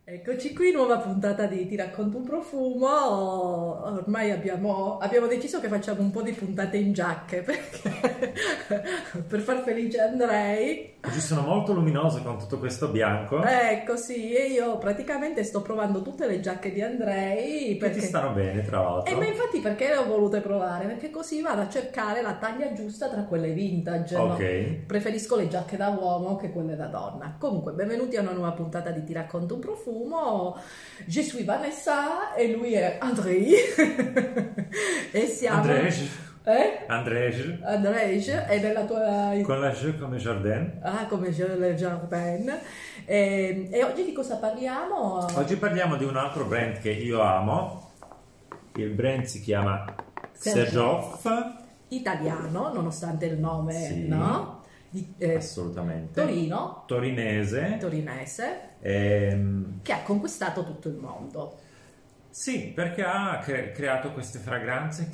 Eccoci qui, nuova puntata di Ti racconto un profumo. Ormai abbiamo deciso che facciamo un po' di puntate in giacche perché per far felice Andrei. Oggi sono molto luminoso con tutto questo bianco Ecco, sì, e io praticamente sto provando tutte le giacche di Andrei che ti stanno bene, tra l'altro. Ma infatti perché le ho volute provare? Perché così vado a cercare la taglia giusta tra quelle vintage. Ok. No? Preferisco le giacche da uomo che quelle da donna. Comunque, benvenuti a una nuova puntata di Ti racconto un profumo. Je suis Vanessa e lui è Andrei. E siamo... Andrej. Eh? Andrej. Andrei, è nella tua... Con la J come Jardin. Ah, come le Jardin. E oggi di cosa parliamo? Oggi parliamo di un altro brand che io amo. Il brand si chiama Xerjoff. Italiano, nonostante il nome, Sì, no? assolutamente. Torino, Torinese. torinese, Ehm, che ha conquistato tutto il mondo. sì, perché ha creato queste fragranze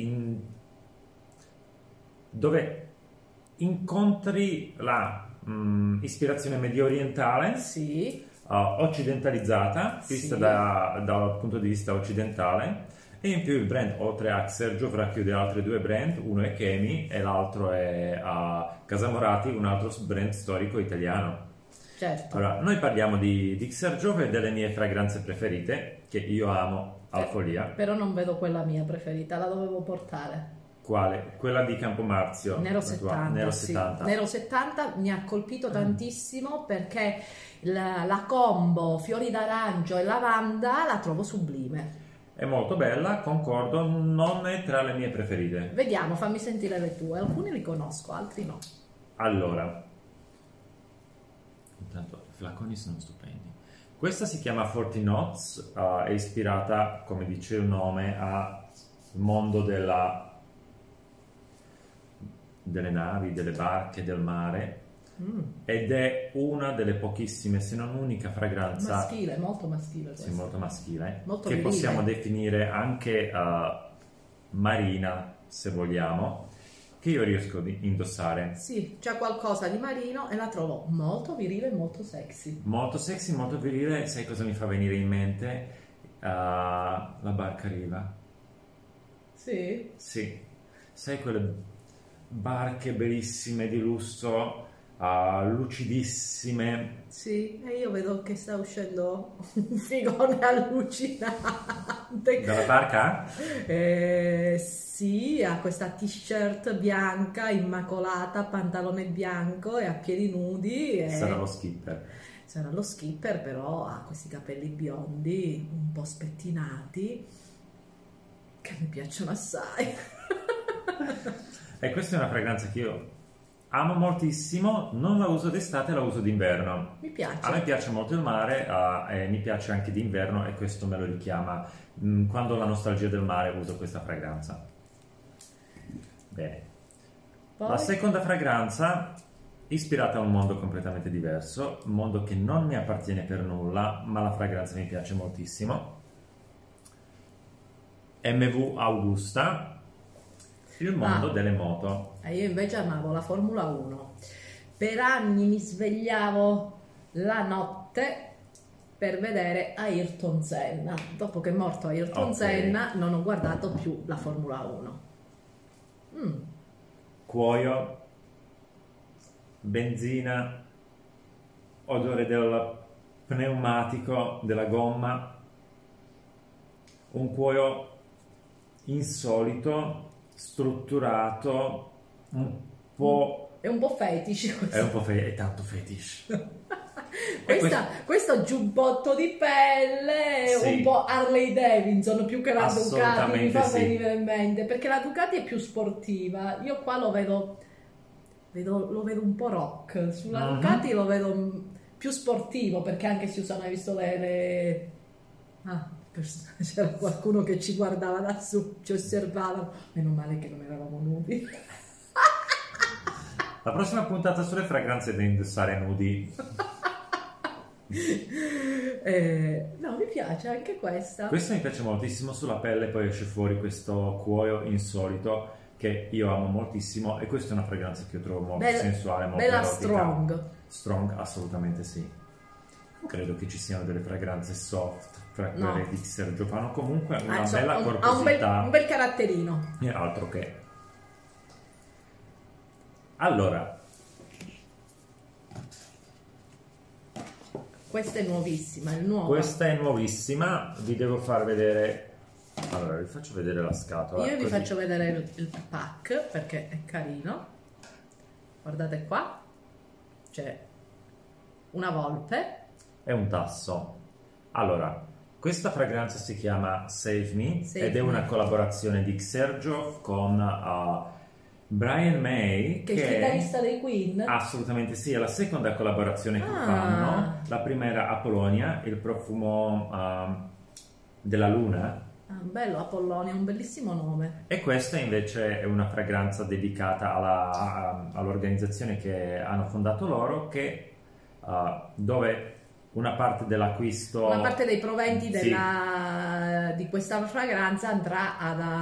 dove incontri la ispirazione medio orientale, Sì, occidentalizzata, sì, vista dal punto di vista occidentale, e in più il brand, oltre a Xerjoff, racchiude altri due brand, uno è Chemi e l'altro è Casamorati, un altro brand storico italiano. certo. Allora, noi parliamo di Xerjoff e delle mie fragranze preferite, che io amo alla follia. Però non vedo quella mia preferita, la dovevo portare. Quale? Quella di Campomarzio. Nero la tua? 70, Nero sì. 70. Nero 70 mi ha colpito tantissimo perché la combo fiori d'arancio e lavanda la trovo sublime. È molto bella, concordo, non è tra le mie preferite. Vediamo, fammi sentire le tue. Alcuni li conosco, altri no. Allora, intanto i flaconi sono stupendi. Questa si chiama 40 Knots, è ispirata, come dice il nome, al mondo delle navi, delle barche, del mare, ed è una delle pochissime, se non unica fragranza Maschile, molto maschile sì, questo. molto maschile, Molto che virile. possiamo definire anche marina, se vogliamo, che io riesco ad indossare. Sì, c'è qualcosa di marino e la trovo molto virile e molto sexy. Molto sexy, molto virile. Sai cosa mi fa venire in mente? La barca riva. Sì? Sì, sai quelle barche bellissime di lusso, lucidissime. Sì, e io vedo che sta uscendo un figone allucinante. Dalla barca? Sì, ha questa t-shirt bianca, immacolata, pantalone bianco e a piedi nudi. Sarà lo skipper. Sarà lo skipper, però ha questi capelli biondi, un po' spettinati, che mi piacciono assai. E questa è una fragranza che io amo moltissimo, non la uso d'estate, la uso d'inverno. Mi piace. A me piace molto il mare e mi piace anche d'inverno e questo me lo richiama. Quando ho la nostalgia del mare uso questa fragranza. Bene. Poi? La seconda fragranza, ispirata a un mondo completamente diverso, un mondo che non mi appartiene per nulla, ma la fragranza mi piace moltissimo. MV Augusta, il mondo delle moto. Io invece amavo la Formula 1. Per anni mi svegliavo la notte per vedere Ayrton Senna. Dopo che è morto Ayrton Ok. Senna non ho guardato più la Formula 1. Cuoio, benzina, odore del pneumatico, della gomma, un cuoio insolito, strutturato, un po'... È un po' fetish questo. è un po' è tanto fetish. Questo giubbotto di pelle, Sì. un po' Harley Davidson più che la Ducati, mi Assolutamente fa sì. venire in mente, perché la Ducati è più sportiva, io qua lo vedo un po' rock, sulla Ducati lo vedo più sportivo, perché anche si usano, hai visto c'era qualcuno che ci guardava da su, ci osservava, meno male che non eravamo nudi. La prossima puntata sulle fragranze da indossare nudi. No, mi piace anche questa. Questo mi piace moltissimo, sulla pelle poi esce fuori questo cuoio insolito che io amo moltissimo e questa è una fragranza che io trovo molto sensuale, molto bella erotica. strong. Strong, assolutamente sì. credo che ci siano delle fragranze soft tra No. quelle di Sergio. Fanno comunque una Insomma, bella ha corposità un bel caratterino. e altro che. Allora, Questa è nuovissima, è nuova. questa è nuovissima, vi devo far vedere. Allora, vi faccio vedere la scatola. Io vi così. faccio vedere il pack perché è carino. Guardate qua, c'è una volpe. È un tasso. Allora, questa fragranza si chiama Save Me Save ed è Me. una collaborazione di Sergio con Brian May, Che è il chitarrista dei Queen. assolutamente sì, è la seconda collaborazione che Ah. fanno. La prima era Apollonia, il profumo della luna. Ah, bello, Apollonia, un bellissimo nome. E questa invece è una fragranza dedicata all'organizzazione che hanno fondato loro, dove una parte dell'acquisto, Una parte dei proventi Sì. di questa fragranza andrà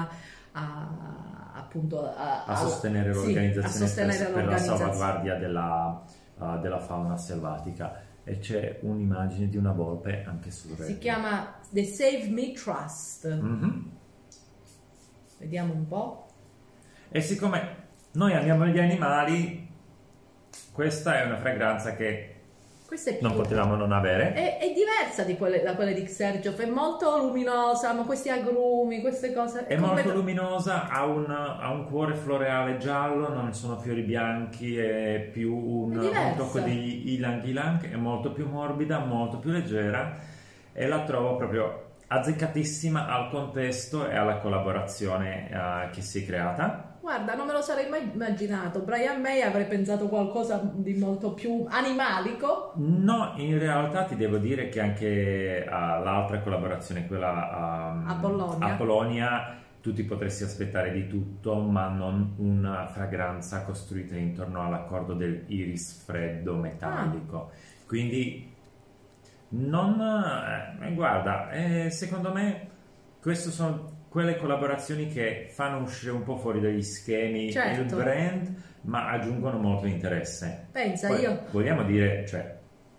appunto a sostenere sì, l'organizzazione a sostenere per la l'organizzazione. salvaguardia della fauna selvatica. E c'è un'immagine di una volpe anche sul retro. Si chiama The Save Me Trust. Mhm. Vediamo un po'. E siccome noi amiamo gli animali, questa è una fragranza che Questa è non più... potevamo non avere. È diversa da quelle di Sergio, è molto luminosa, ma questi agrumi, queste cose... È molto luminosa, ha un cuore floreale giallo, non sono fiori bianchi, è più un diversa. tocco di ylang ylang, è molto più morbida, molto più leggera e la trovo proprio azzeccatissima al contesto e alla collaborazione che si è creata. Guarda, non me lo sarei mai immaginato. Brian May avrei pensato qualcosa di molto più animalico. No, in realtà ti devo dire che anche l'altra collaborazione, quella Apollonia, tu ti potresti aspettare di tutto, ma non una fragranza costruita intorno all'accordo del iris freddo metallico. Quindi non guarda, secondo me queste sono quelle collaborazioni che fanno uscire un po' fuori dagli schemi Certo. il brand, ma aggiungono molto interesse. Pensa, Poi, io... vogliamo dire, cioè,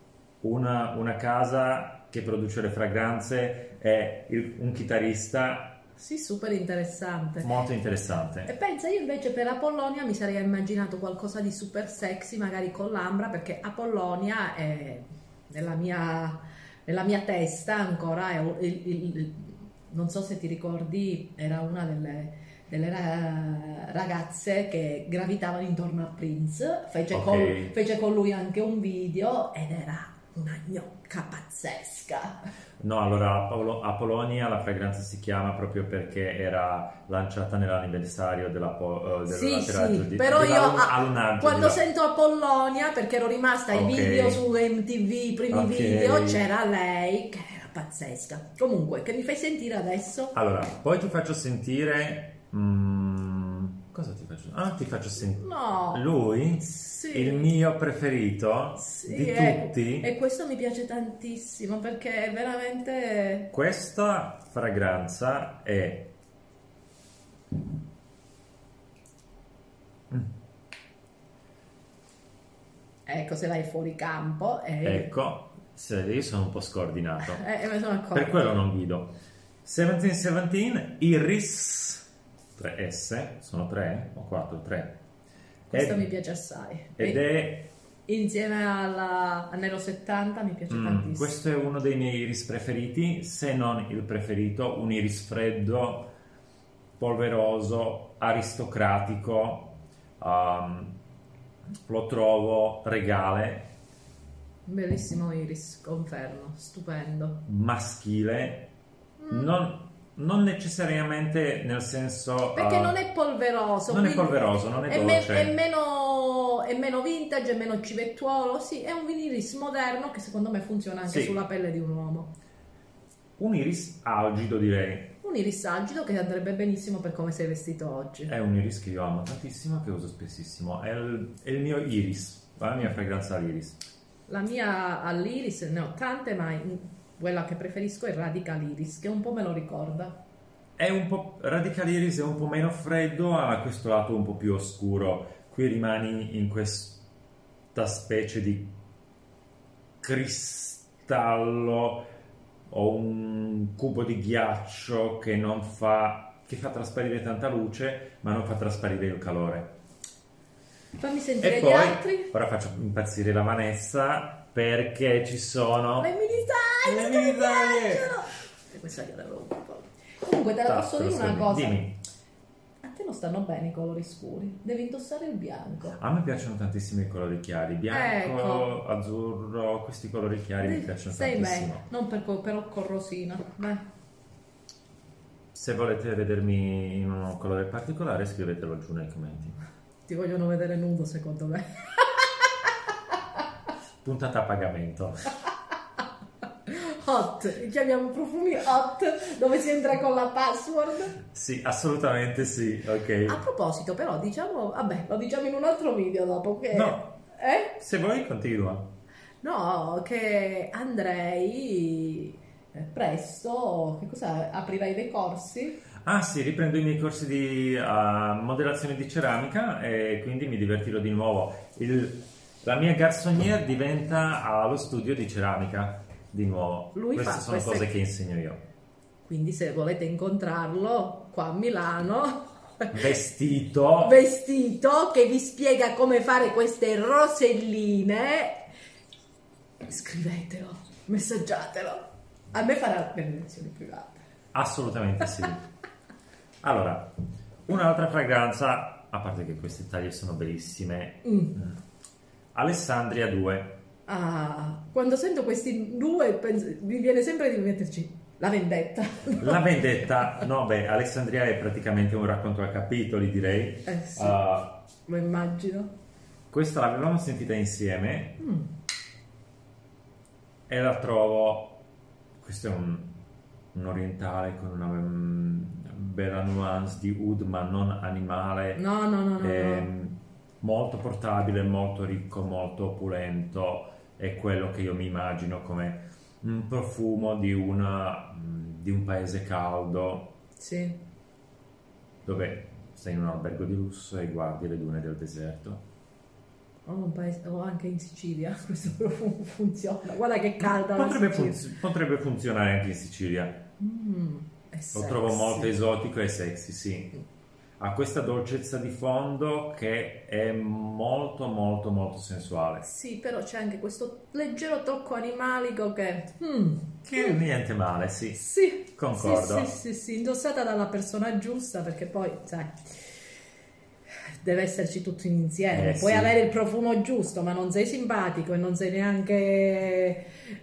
una casa che produce le fragranze è un chitarrista Sì, super interessante. molto E interessante. pensa, io invece per Apollonia mi sarei immaginato qualcosa di super sexy, magari con l'ambra, perché Apollonia è nella mia testa ancora, non so se ti ricordi, era una delle ragazze che gravitavano intorno a Prince, fece con lui anche un video ed era una gnocca pazzesca. No, allora Apollonia la fragranza si chiama proprio perché era lanciata nell'anniversario dell'atterraggio Sì, però io allunaggio quando sento Apollonia, perché ero rimasta ai Ok. video su MTV, i primi Ok. video, c'era lei che era pazzesca. Comunque, che mi fai sentire adesso? Allora, poi ti faccio sentire cosa ti faccio? Ti faccio sentire No. lui, Sì. il mio preferito Sì, di ecco. tutti. E questo mi piace tantissimo perché è veramente... Questa fragranza è Ecco, se vai fuori campo... ecco, io sono un po' scordinato. me sono accorta. Per quello non guido. 1717 Iris 3S, sono 3 o 4? 3. Questo mi piace assai. Ed è Insieme a Nero 70 mi piace tantissimo. questo è uno dei miei iris preferiti, se non il preferito, un iris freddo, polveroso, aristocratico, lo trovo regale, Bellissimo iris, confermo, stupendo. maschile, non necessariamente nel senso... Perché non è polveroso. non è quindi polveroso, non è è dolce. è meno vintage, è meno civettuolo. Sì, è un iris moderno che secondo me funziona anche Sì. sulla pelle di un uomo. Un iris algido, direi. Un iris algido che andrebbe benissimo per come sei vestito oggi. È un iris che io amo tantissimo, che uso spessissimo. È il mio iris, la mia fragranza all'iris. La mia all'iris ne ho tante, ma quella che preferisco è Radical Iris, che un po' me lo ricorda. È un po' Radical Iris, è un po' meno freddo, ha questo lato un po' più oscuro. Qui rimani in questa specie di cristallo o un cubo di ghiaccio che fa trasparire tanta luce ma non fa trasparire il calore. Fammi sentire E gli poi, altri. ora faccio impazzire la Vanessa perché ci sono Le mini le mini taglie. piacciono. E questa gliela avevo un po'. Comunque te la posso dire una cosa. Dimmi. A te non stanno bene i colori scuri, devi indossare il bianco. A me piacciono tantissimo i colori chiari, bianco, Ecco. azzurro, questi colori chiari mi piacciono Sei tantissimo. me, non però con rosina. Beh. Se volete vedermi in un colore particolare scrivetelo giù nei commenti. Ti vogliono vedere nudo secondo me. Puntata a pagamento. Hot, chiamiamo profumi hot dove si entra con la password. Sì, assolutamente sì, ok. A proposito, però, diciamo, vabbè, lo diciamo in un altro video dopo che... No. Se vuoi continua. No, che andrei presto, che cosa, aprirai dei corsi? Ah sì, riprendo i miei corsi di modellazione di ceramica e quindi mi divertirò di nuovo. La mia garçonnière diventa allo studio di ceramica di nuovo. Queste sono cose che insegno io. Quindi se volete incontrarlo qua a Milano, Vestito che vi spiega come fare queste roselline, scrivetelo, messaggiatelo. A me farà delle lezioni private. Assolutamente sì. Allora, un'altra fragranza, a parte che queste taglie sono bellissime, Alessandria 2. Ah, quando sento questi due mi viene sempre di metterci la vendetta. La vendetta, no beh, Alessandria è praticamente un racconto a capitoli, direi. Sì, lo immagino. Questa l'avevamo sentita insieme e la trovo, questo è un orientale con una bella nuance di oud ma non animale. No. Molto portabile, molto ricco, molto opulento, è quello che io mi immagino come un profumo di un paese caldo, Sì. dove sei in un albergo di lusso e guardi le dune del deserto. O anche in Sicilia questo profumo funziona. Guarda che calda la Sicilia. Potrebbe funzionare anche in Sicilia. È Lo trovo molto esotico e sexy, sì. Ha questa dolcezza di fondo che è molto molto molto sensuale. Sì, però c'è anche questo leggero tocco animalico che... Che niente male, sì. Sì. Concordo. Sì, indossata dalla persona giusta, perché poi, sai, deve esserci tutto insieme. Puoi avere il profumo giusto, ma non sei simpatico e non sei neanche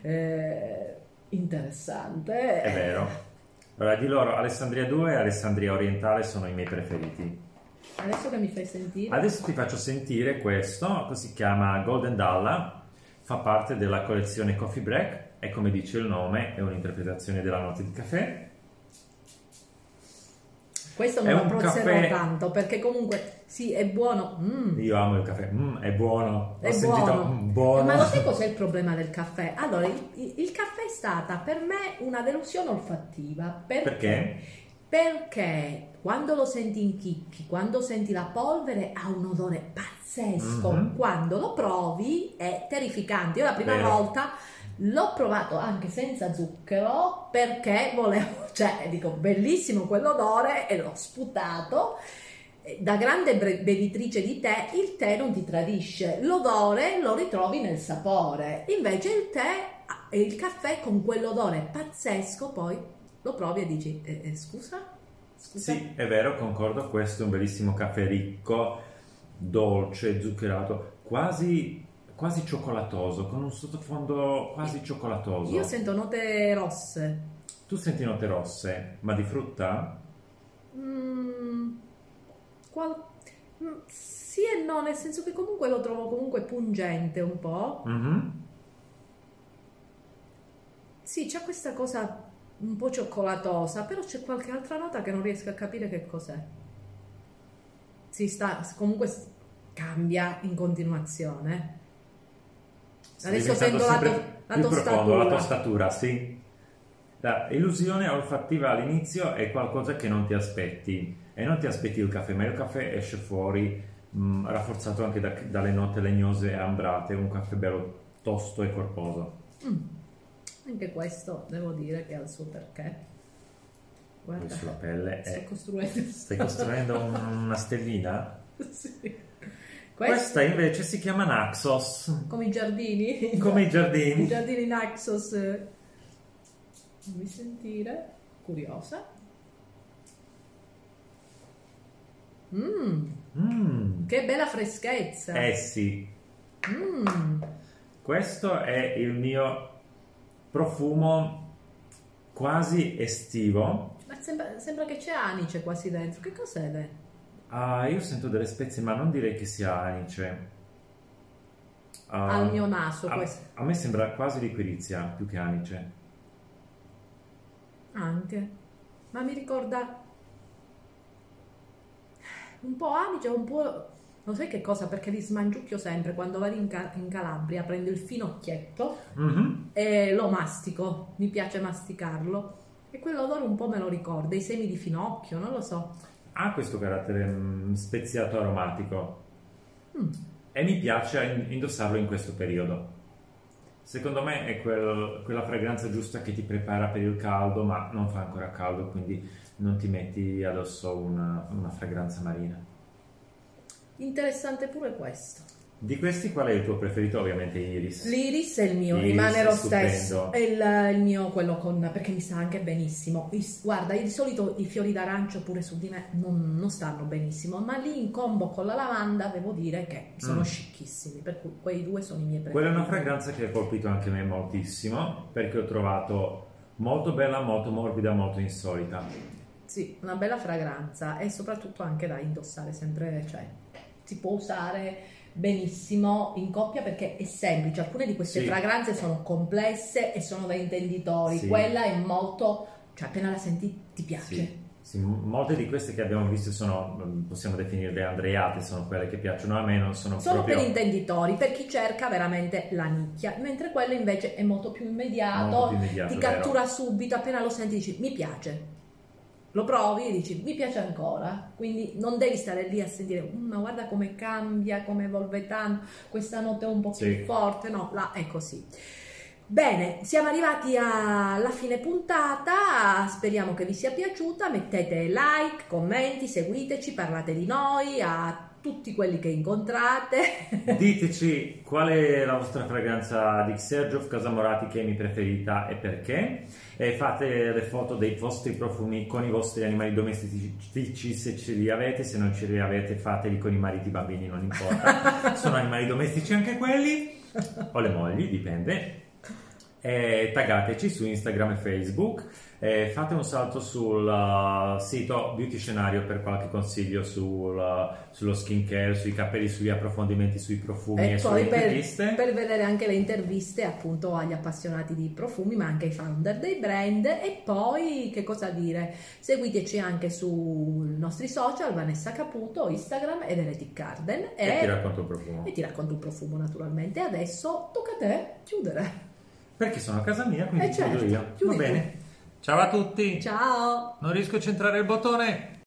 interessante. È vero. Allora, di loro Alessandria 2 e Alessandria Orientale sono i miei preferiti. Adesso che mi fai sentire? Adesso ti faccio sentire questo, che si chiama Golden Dalla, fa parte della collezione Coffee Break e come dice il nome è un'interpretazione della notte di caffè. Questo non lo apprezzerò tanto perché comunque sì, è buono. Io amo il caffè, è buono. È buono. Ma lo sai cos'è il problema del caffè? Allora, il caffè è stata per me una delusione olfattiva. Perché? Perché quando lo senti in chicchi, quando senti la polvere ha un odore pazzesco. Quando lo provi è terrificante. Io la prima volta l'ho provato anche senza zucchero perché volevo, cioè dico bellissimo quell'odore e l'ho sputato. Da grande bevitrice di tè, il tè non ti tradisce, l'odore lo ritrovi nel sapore, invece il tè e il caffè con quell'odore pazzesco poi lo provi e dici scusa? Sì, è vero, concordo, questo è un bellissimo caffè ricco, dolce, zuccherato, quasi cioccolatoso, con un sottofondo quasi cioccolato. Io sento note rosse. Tu senti note rosse, ma di frutta? Sì e no, nel senso che comunque lo trovo comunque pungente un po'. Sì, c'è questa cosa un po' cioccolatosa, però c'è qualche altra nota che non riesco a capire che cos'è. Comunque cambia in continuazione. Adesso sento la tostatura. La tostatura, sì. La illusione olfattiva all'inizio è qualcosa che non ti aspetti e non ti aspetti il caffè, ma il caffè esce fuori rafforzato anche dalle note legnose e ambrate, un caffè bello tosto e corposo. Anche questo devo dire che ha il suo perché. Guarda, Poi sulla pelle stai costruendo una stellina? Sì. Questa invece si chiama Naxos. Come i giardini? Come i giardini. I giardini Naxos. Fammi sentire. Curiosa. Che bella freschezza. Sì. Questo è il mio profumo quasi estivo. Ma sembra che c'è anice quasi dentro. Che cos'è dentro? Io sento delle spezie, ma non direi che sia anice. Al mio naso questo. A me sembra quasi liquirizia più che anice. Anche. Ma mi ricorda un po' anice, un po'... Non sai che cosa? Perché li smangiucchio sempre. Quando vado in Calabria prendo il finocchietto e lo mastico. Mi piace masticarlo. E quell'odore un po' me lo ricorda. I semi di finocchio, non lo so. Ha questo carattere speziato aromatico e mi piace indossarlo in questo periodo. Secondo me è quella fragranza giusta che ti prepara per il caldo, ma non fa ancora caldo, quindi non ti metti addosso una fragranza marina. Interessante pure questo. Di questi qual è il tuo preferito? Ovviamente Iris. L'Iris è il mio, Iris rimane lo è stesso. stupendo. È il mio, quello con... perché mi sta anche benissimo. Guarda, di solito i fiori d'arancio pure su di me non stanno benissimo, ma lì in combo con la lavanda devo dire che sono scicchissimi, per cui quei due sono i miei preferiti. Quella è una fragranza che ha colpito anche me moltissimo, perché ho trovato molto bella, molto morbida, molto insolita. Sì, una bella fragranza e soprattutto anche da indossare sempre, cioè si può usare benissimo in coppia perché è semplice. Alcune di queste fragranze sono complesse e sono da intenditori. Quella è molto, cioè appena la senti ti piace. Sì, molte di queste che abbiamo visto sono, possiamo definirle andreate, sono quelle che piacciono a me, non sono proprio... per intenditori, per chi cerca veramente la nicchia, mentre quello invece è molto più immediato, ti cattura subito, appena lo senti dici mi piace. Lo provi e dici mi piace ancora, quindi non devi stare lì a sentire ma guarda come cambia, come evolve tanto, questa notte è un po' più forte, no, là è così. Bene, siamo arrivati alla fine puntata, speriamo che vi sia piaciuta, mettete like, commenti, seguiteci, parlate di noi a tutti quelli che incontrate. Diteci qual è la vostra fragranza di Xerjoff Casamorati che è mia preferita e perché, e fate le foto dei vostri profumi con i vostri animali domestici se ce li avete, se non ce li avete fateli con i mariti, i bambini, non importa, sono animali domestici anche quelli, o le mogli, dipende. Taggateci su Instagram e Facebook, fate un salto sul sito Beauty Scenario per qualche consiglio sullo skincare, sui capelli, sugli approfondimenti, sui profumi e sulle interviste. Per vedere anche le interviste appunto agli appassionati di profumi ma anche ai founder dei brand. E poi che cosa dire, seguiteci anche sui nostri social, Vanessa Caputo, Instagram ed Heretic Garden e ti racconto un profumo. E ti racconto un profumo naturalmente. Adesso tocca a te chiudere. Perché sono a casa mia, quindi chiudo io. Va bene. Ciao a tutti. Ciao. Non riesco a centrare il bottone.